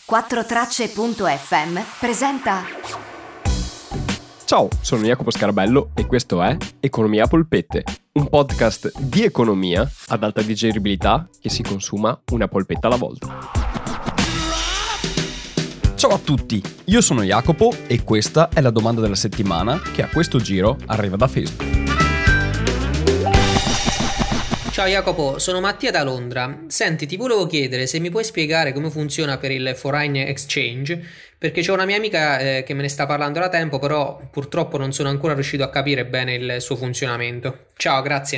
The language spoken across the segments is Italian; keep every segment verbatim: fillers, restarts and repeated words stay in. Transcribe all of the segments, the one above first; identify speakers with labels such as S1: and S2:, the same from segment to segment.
S1: quattro tracce punto effe emme presenta.
S2: Ciao, sono Jacopo Scarabello e questo è Economia a polpette, un podcast di economia ad alta digeribilità che si consuma una polpetta alla volta.
S3: Ciao a tutti, io sono Jacopo e questa è la domanda della settimana che a questo giro arriva da Facebook.
S4: Ciao Jacopo, sono Mattia da Londra. Senti, ti volevo chiedere se mi puoi spiegare come funziona per il foreign exchange, perché c'è una mia amica eh, che me ne sta parlando da tempo, però purtroppo non sono ancora riuscito a capire bene il suo funzionamento. Ciao, grazie.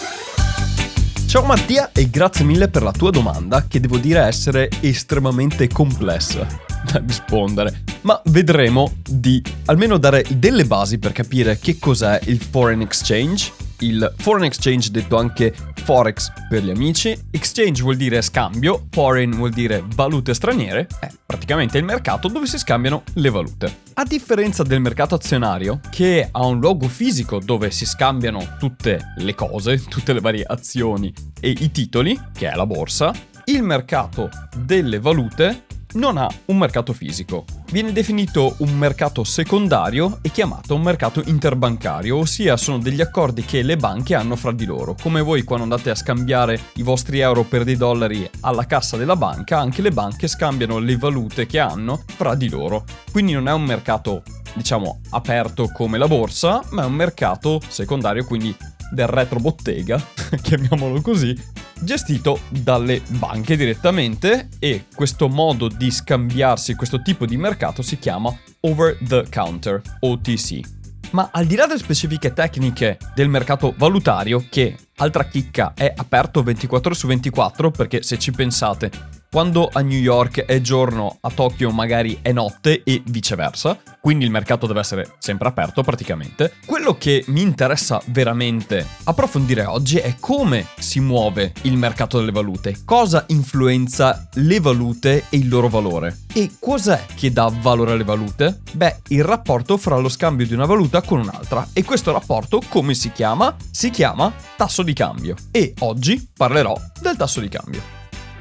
S3: Ciao Mattia e grazie mille per la tua domanda, che devo dire essere estremamente complessa da rispondere, ma vedremo di almeno dare delle basi per capire che cos'è il foreign exchange. Il foreign exchange, detto anche forex per gli amici. Exchange vuol dire scambio, foreign vuol dire valute straniere, è praticamente il mercato dove si scambiano le valute. A differenza del mercato azionario, che ha un luogo fisico dove si scambiano tutte le cose, tutte le varie azioni e i titoli, che è la borsa, il mercato delle valute non ha un mercato fisico. Viene definito un mercato secondario e chiamato un mercato interbancario, ossia sono degli accordi che le banche hanno fra di loro. Come voi quando andate a scambiare i vostri euro per dei dollari alla cassa della banca, anche le banche scambiano le valute che hanno fra di loro. Quindi non è un mercato, diciamo, aperto come la borsa, ma è un mercato secondario, quindi del retrobottega, chiamiamolo così, gestito dalle banche direttamente, e questo modo di scambiarsi, questo tipo di mercato si chiama over the counter, O T C. Ma al di là delle specifiche tecniche del mercato valutario, che altra chicca è aperto ventiquattro ore su ventiquattro, perché se ci pensate, quando a New York è giorno, a Tokyo magari è notte e viceversa, quindi il mercato deve essere sempre aperto praticamente. Quello che mi interessa veramente approfondire oggi è come si muove il mercato delle valute, cosa influenza le valute e il loro valore. E cos'è che dà valore alle valute? Beh, il rapporto fra lo scambio di una valuta con un'altra. E questo rapporto come si chiama? Si chiama tasso di cambio. E oggi parlerò del tasso di cambio.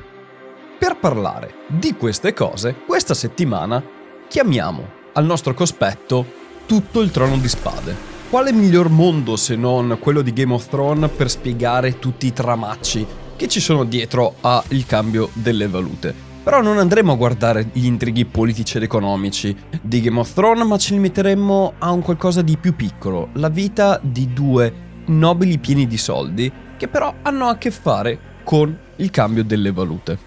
S3: Per parlare di queste cose, questa settimana chiamiamo al nostro cospetto tutto il Trono di Spade. Quale miglior mondo se non quello di Game of Thrones per spiegare tutti i tramacci che ci sono dietro al cambio delle valute? Però non andremo a guardare gli intrighi politici ed economici di Game of Thrones, ma ci limiteremo a un qualcosa di più piccolo, la vita di due nobili pieni di soldi che però hanno a che fare con il cambio delle valute.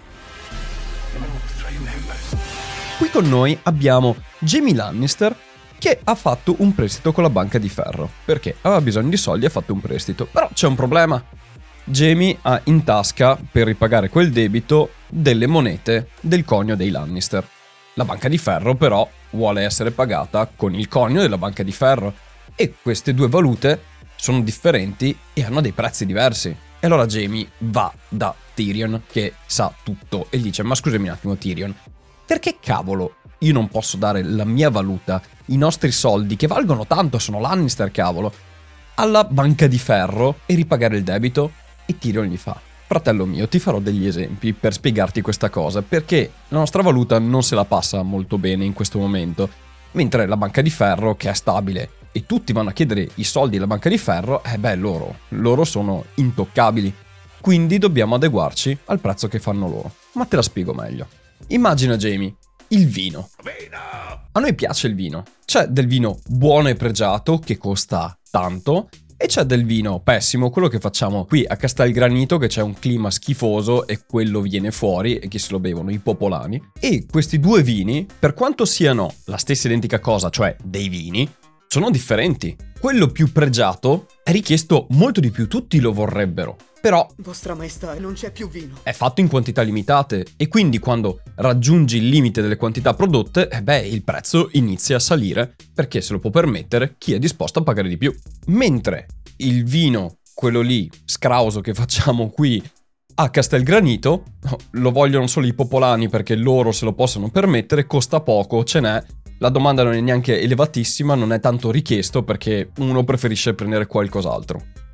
S3: Qui con noi abbiamo Jaime Lannister, che ha fatto un prestito con la Banca di Ferro, perché aveva bisogno di soldi e ha fatto un prestito. Però c'è un problema. Jaime ha in tasca, per ripagare quel debito, delle monete del conio dei Lannister. La Banca di Ferro però vuole essere pagata con il conio della Banca di Ferro, e queste due valute sono differenti e hanno dei prezzi diversi. E allora Jaime va da Tyrion, che sa tutto, e gli dice: ma scusami un attimo Tyrion, perché cavolo io non posso dare la mia valuta, i nostri soldi che valgono tanto, sono Lannister cavolo, alla Banca di Ferro e ripagare il debito? E Tyrion gli fa: fratello mio, ti farò degli esempi per spiegarti questa cosa, perché la nostra valuta non se la passa molto bene in questo momento, mentre la Banca di Ferro, che è stabile e tutti vanno a chiedere i soldi alla Banca di Ferro, eh beh, loro, loro sono intoccabili, quindi dobbiamo adeguarci al prezzo che fanno loro. Ma te la spiego meglio. Immagina, Jaime, il vino. A noi piace il vino. C'è del vino buono e pregiato che costa tanto, e c'è del vino pessimo, quello che facciamo qui a Castelgranito, che c'è un clima schifoso e quello viene fuori e chi se lo bevono? I popolani. E questi due vini, per quanto siano la stessa identica cosa, cioè dei vini, sono differenti. Quello più pregiato è richiesto molto di più, tutti lo vorrebbero. Però
S5: Vostra Maestà, non c'è più vino.
S3: È fatto in quantità limitate, e quindi quando raggiungi il limite delle quantità prodotte, eh beh, il prezzo inizia a salire, perché se lo può permettere chi è disposto a pagare di più. Mentre il vino, quello lì, scrauso che facciamo qui a Castelgranito, lo vogliono solo i popolani perché loro se lo possono permettere, costa poco, ce n'è, la domanda non è neanche elevatissima, non è tanto richiesto perché uno preferisce prendere qualcos'altro.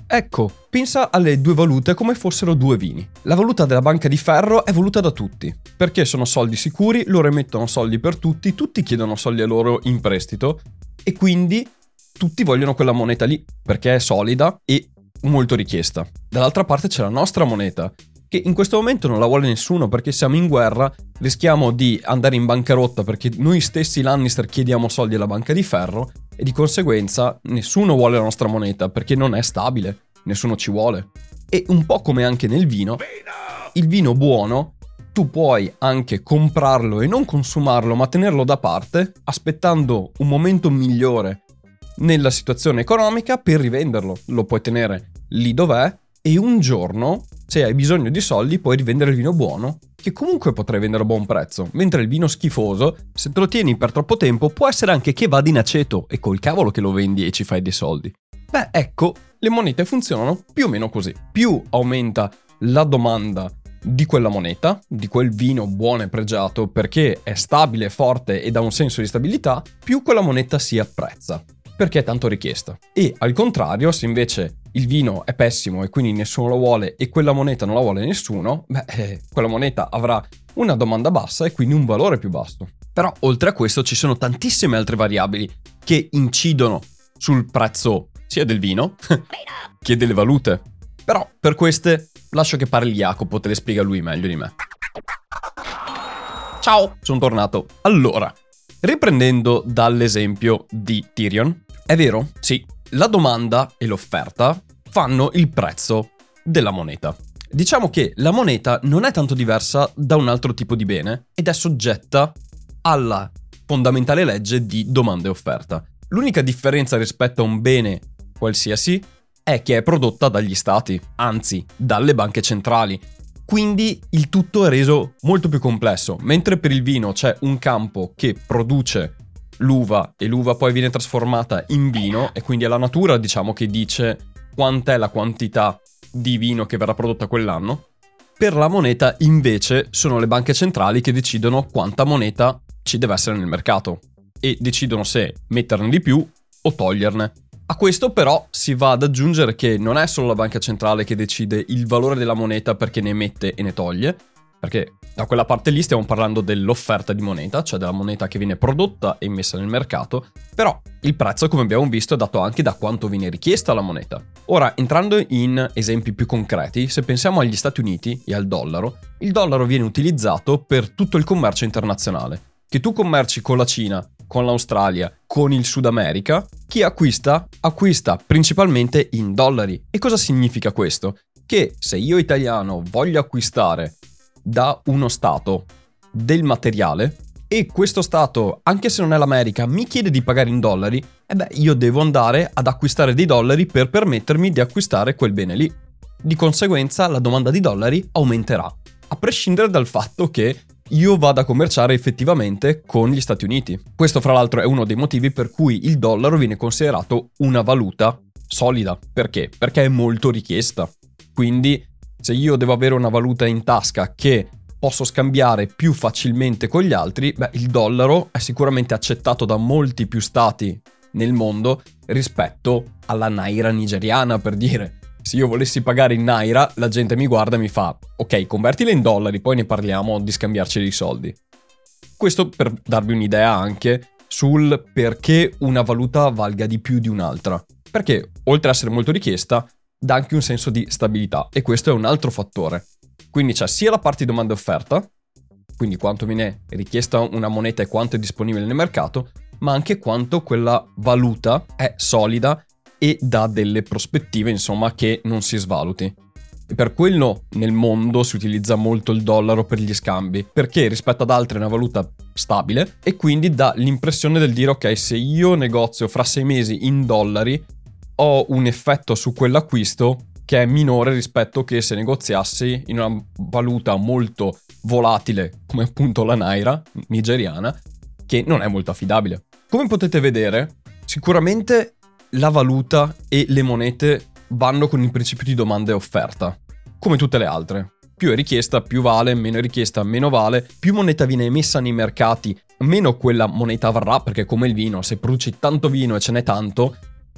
S3: Ecco, pensa alle due valute come fossero due vini. La valuta della banca di ferro è voluta da tutti, perché sono soldi sicuri, loro emettono soldi per tutti, tutti chiedono soldi a loro in prestito e quindi tutti vogliono quella moneta lì, perché è solida e molto richiesta. Dall'altra parte c'è la nostra moneta, che in questo momento non la vuole nessuno perché siamo in guerra, rischiamo di andare in bancarotta perché noi stessi Lannister chiediamo soldi alla banca di ferro e di conseguenza nessuno vuole la nostra moneta perché non è stabile, nessuno ci vuole. E un po' come anche nel vino, il vino buono tu puoi anche comprarlo e non consumarlo ma tenerlo da parte aspettando un momento migliore nella situazione economica per rivenderlo. Lo puoi tenere lì dov'è e un giorno, se hai bisogno di soldi, puoi rivendere il vino buono, che comunque potrai vendere a buon prezzo, mentre il vino schifoso, se te lo tieni per troppo tempo, può essere anche che vada in aceto e col cavolo che lo vendi e ci fai dei soldi. Beh, ecco, le monete funzionano più o meno così. Più aumenta la domanda di quella moneta, di quel vino buono e pregiato, perché è stabile, forte e dà un senso di stabilità, più quella moneta si apprezza, perché è tanto richiesta. E al contrario, se invece il vino è pessimo e quindi nessuno lo vuole e quella moneta non la vuole nessuno, beh, eh, quella moneta avrà una domanda bassa e quindi un valore più basso. Però oltre a questo ci sono tantissime altre variabili che incidono sul prezzo sia del vino che delle valute. Però per queste lascio che parli Jacopo, te le spiega lui meglio di me. Ciao, sono tornato. Allora, riprendendo dall'esempio di Tyrion, è vero? Sì. La domanda e l'offerta fanno il prezzo della moneta. Diciamo che la moneta non è tanto diversa da un altro tipo di bene ed è soggetta alla fondamentale legge di domanda e offerta. L'unica differenza rispetto a un bene qualsiasi è che è prodotta dagli stati, anzi dalle banche centrali. Quindi il tutto è reso molto più complesso. Mentre per il vino c'è un campo che produce l'uva e l'uva poi viene trasformata in vino e quindi è la natura, diciamo, che dice quant'è la quantità di vino che verrà prodotta quell'anno. Per la moneta invece sono le banche centrali che decidono quanta moneta ci deve essere nel mercato e decidono se metterne di più o toglierne. A questo però si va ad aggiungere che non è solo la banca centrale che decide il valore della moneta perché ne mette e ne toglie, perché da quella parte lì stiamo parlando dell'offerta di moneta, cioè della moneta che viene prodotta e messa nel mercato, però il prezzo, come abbiamo visto, è dato anche da quanto viene richiesta la moneta. Ora, entrando in esempi più concreti, se pensiamo agli Stati Uniti e al dollaro, il dollaro viene utilizzato per tutto il commercio internazionale. Che tu commerci con la Cina, con l'Australia, con il Sud America, chi acquista, acquista principalmente in dollari. E cosa significa questo? Che se io italiano voglio acquistare da uno stato del materiale e questo stato, anche se non è l'America, mi chiede di pagare in dollari, e beh, io devo andare ad acquistare dei dollari per permettermi di acquistare quel bene lì. Di conseguenza la domanda di dollari aumenterà, a prescindere dal fatto che io vada a commerciare effettivamente con gli Stati Uniti. Questo fra l'altro è uno dei motivi per cui il dollaro viene considerato una valuta solida. Perché? Perché è molto richiesta. Quindi se io devo avere una valuta in tasca che posso scambiare più facilmente con gli altri, beh, il dollaro è sicuramente accettato da molti più stati nel mondo rispetto alla naira nigeriana, per dire. Se io volessi pagare in naira, la gente mi guarda e mi fa ok, convertila in dollari, poi ne parliamo di scambiarci dei soldi. Questo per darvi un'idea anche sul perché una valuta valga di più di un'altra. Perché oltre ad essere molto richiesta, dà anche un senso di stabilità e questo è un altro fattore. Quindi c'è sia la parte di domanda e offerta, quindi quanto viene richiesta una moneta e quanto è disponibile nel mercato, ma anche quanto quella valuta è solida e dà delle prospettive, insomma, che non si svaluti. E per quello nel mondo si utilizza molto il dollaro per gli scambi, perché rispetto ad altre è una valuta stabile e quindi dà l'impressione del dire ok, se io negozio fra sei mesi in dollari ho un effetto su quell'acquisto che è minore rispetto che se negoziassi in una valuta molto volatile come appunto la naira nigeriana, che non è molto affidabile. Come potete vedere, sicuramente la valuta e le monete vanno con il principio di domanda e offerta, come tutte le altre. Più è richiesta, più vale, meno è richiesta, meno vale. Più moneta viene emessa nei mercati, meno quella moneta varrà, perché come il vino, se produci tanto vino e ce n'è tanto,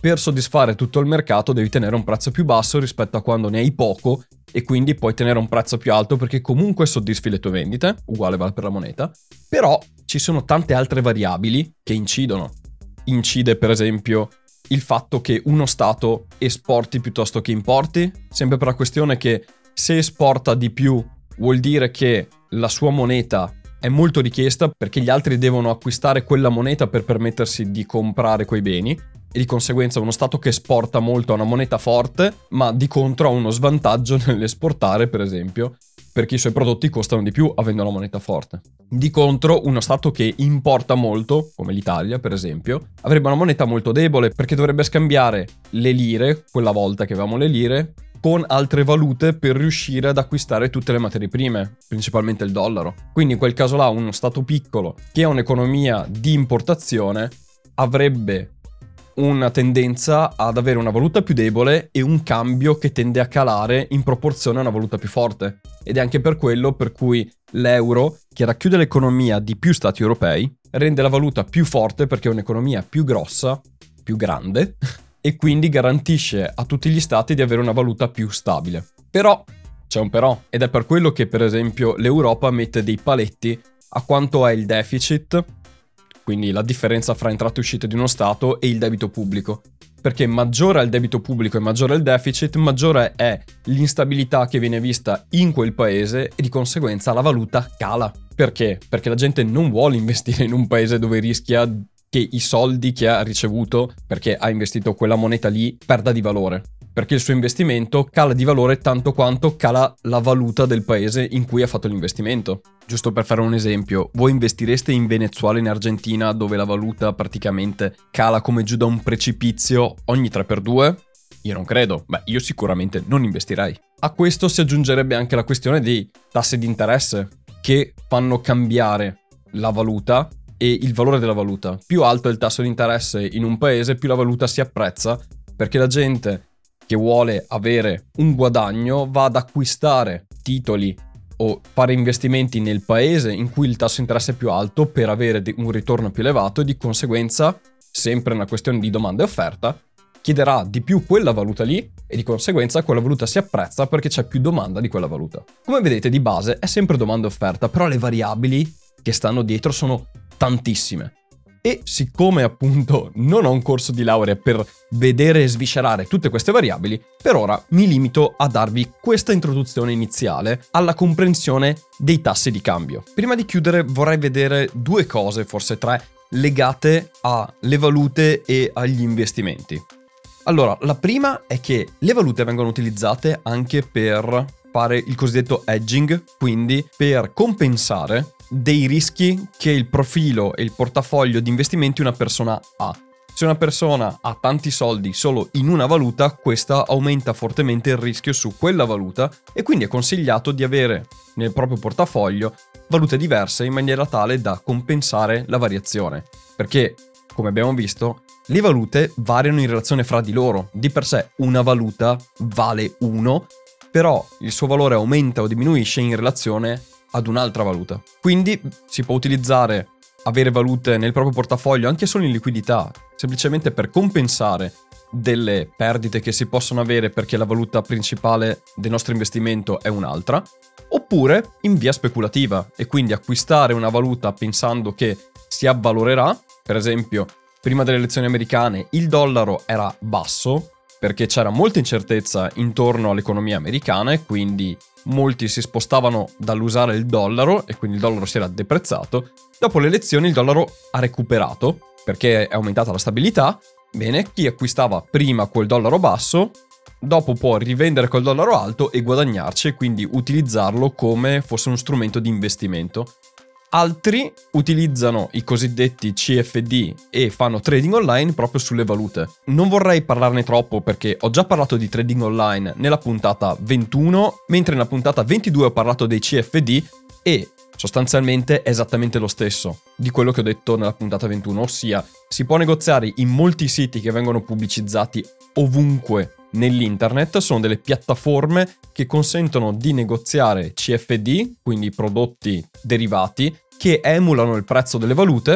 S3: per soddisfare tutto il mercato devi tenere un prezzo più basso rispetto a quando ne hai poco e quindi puoi tenere un prezzo più alto perché comunque soddisfi le tue vendite, uguale vale per la moneta, però ci sono tante altre variabili che incidono. Incide per esempio il fatto che uno Stato esporti piuttosto che importi, sempre per la questione che se esporta di più vuol dire che la sua moneta è molto richiesta perché gli altri devono acquistare quella moneta per permettersi di comprare quei beni e di conseguenza uno Stato che esporta molto ha una moneta forte, ma di contro ha uno svantaggio nell'esportare, per esempio, perché i suoi prodotti costano di più avendo una moneta forte. Di contro, uno Stato che importa molto, come l'Italia per esempio, avrebbe una moneta molto debole perché dovrebbe scambiare le lire, quella volta che avevamo le lire, con altre valute per riuscire ad acquistare tutte le materie prime, principalmente il dollaro. Quindi in quel caso là uno Stato piccolo che ha un'economia di importazione avrebbe una tendenza ad avere una valuta più debole e un cambio che tende a calare in proporzione a una valuta più forte. Ed è anche per quello per cui l'euro, che racchiude l'economia di più stati europei, rende la valuta più forte perché è un'economia più grossa, più grande, e quindi garantisce a tutti gli stati di avere una valuta più stabile. Però c'è un però, ed è per quello che per esempio l'Europa mette dei paletti a quanto è il deficit, quindi la differenza fra entrate e uscite di uno Stato, e il debito pubblico. Perché maggiore è il debito pubblico e maggiore è il deficit, maggiore è l'instabilità che viene vista in quel paese e di conseguenza la valuta cala. Perché? Perché la gente non vuole investire in un paese dove rischia che i soldi che ha ricevuto, perché ha investito quella moneta lì, perda di valore. Perché il suo investimento cala di valore tanto quanto cala la valuta del paese in cui ha fatto l'investimento. Giusto per fare un esempio, voi investireste in Venezuela e in Argentina dove la valuta praticamente cala come giù da un precipizio ogni tre per due? Io non credo, beh io sicuramente non investirei. A questo si aggiungerebbe anche la questione dei tassi di interesse che fanno cambiare la valuta e il valore della valuta. Più alto è il tasso di interesse in un paese, più la valuta si apprezza perché la gente che vuole avere un guadagno va ad acquistare titoli o fare investimenti nel paese in cui il tasso di interesse è più alto per avere un ritorno più elevato e di conseguenza, sempre una questione di domanda e offerta, chiederà di più quella valuta lì e di conseguenza quella valuta si apprezza perché c'è più domanda di quella valuta. Come vedete di base è sempre domanda e offerta, però le variabili che stanno dietro sono tantissime. E siccome appunto non ho un corso di laurea per vedere e sviscerare tutte queste variabili, per ora mi limito a darvi questa introduzione iniziale alla comprensione dei tassi di cambio. Prima di chiudere vorrei vedere due cose, forse tre, legate alle valute e agli investimenti. Allora, la prima è che le valute vengono utilizzate anche per fare il cosiddetto hedging, quindi per compensare dei rischi che il profilo e il portafoglio di investimenti una persona ha. Se una persona ha tanti soldi solo in una valuta, questa aumenta fortemente il rischio su quella valuta e quindi è consigliato di avere nel proprio portafoglio valute diverse in maniera tale da compensare la variazione. Perché, come abbiamo visto, le valute variano in relazione fra di loro. Di per sé una valuta vale uno, però il suo valore aumenta o diminuisce in relazione ad un'altra valuta. Quindi si può utilizzare avere valute nel proprio portafoglio anche solo in liquidità, semplicemente per compensare delle perdite che si possono avere perché la valuta principale del nostro investimento è un'altra, oppure in via speculativa e quindi acquistare una valuta pensando che si avvalorerà. Per esempio, prima delle elezioni americane il dollaro era basso perché c'era molta incertezza intorno all'economia americana e quindi molti si spostavano dall'usare il dollaro e quindi il dollaro si era deprezzato. Dopo le elezioni il dollaro ha recuperato perché è aumentata la stabilità. Bene, chi acquistava prima col dollaro basso, dopo può rivendere col dollaro alto e guadagnarci e quindi utilizzarlo come fosse uno strumento di investimento. Altri utilizzano i cosiddetti C F D e fanno trading online proprio sulle valute. Non vorrei parlarne troppo perché ho già parlato di trading online nella puntata ventuno, mentre nella puntata ventidue ho parlato dei C F D e sostanzialmente è esattamente lo stesso di quello che ho detto nella puntata ventuno, ossia si può negoziare in molti siti che vengono pubblicizzati ovunque nell'internet. Sono delle piattaforme che consentono di negoziare C F D, quindi prodotti derivati, che emulano il prezzo delle valute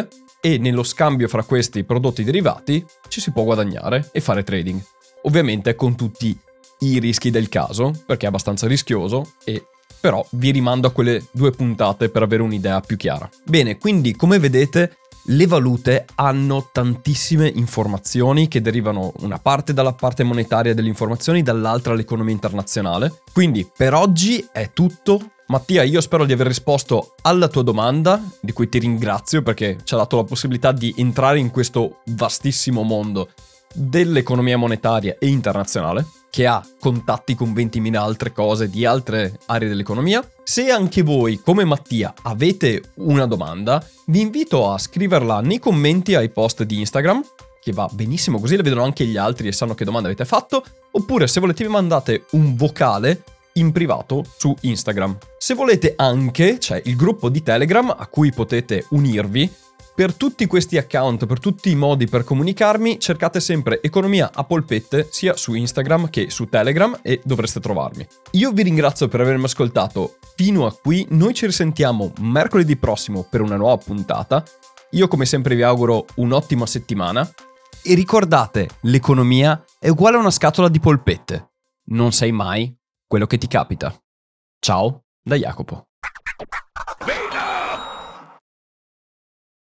S3: e nello scambio fra questi prodotti derivati ci si può guadagnare e fare trading. Ovviamente con tutti i rischi del caso, perché è abbastanza rischioso, e però vi rimando a quelle due puntate per avere un'idea più chiara. Bene, quindi come vedete le valute hanno tantissime informazioni che derivano una parte dalla parte monetaria delle informazioni, dall'altra l'economia internazionale. Quindi per oggi è tutto. Mattia, io spero di aver risposto alla tua domanda, di cui ti ringrazio perché ci ha dato la possibilità di entrare in questo vastissimo mondo dell'economia monetaria e internazionale, che ha contatti con ventimila altre cose di altre aree dell'economia. Se anche voi, come Mattia, avete una domanda, vi invito a scriverla nei commenti ai post di Instagram, che va benissimo così, le vedono anche gli altri e sanno che domanda avete fatto, oppure se volete mi mandate un vocale in privato su Instagram. Se volete anche, c'è il gruppo di Telegram a cui potete unirvi. Per tutti questi account, per tutti i modi per comunicarmi, cercate sempre Economia a Polpette sia su Instagram che su Telegram e dovreste trovarmi. Io vi ringrazio per avermi ascoltato fino a qui, noi ci risentiamo mercoledì prossimo per una nuova puntata. Io come sempre vi auguro un'ottima settimana e ricordate, l'economia è uguale a una scatola di polpette. Non sai mai quello che ti capita. Ciao da Jacopo.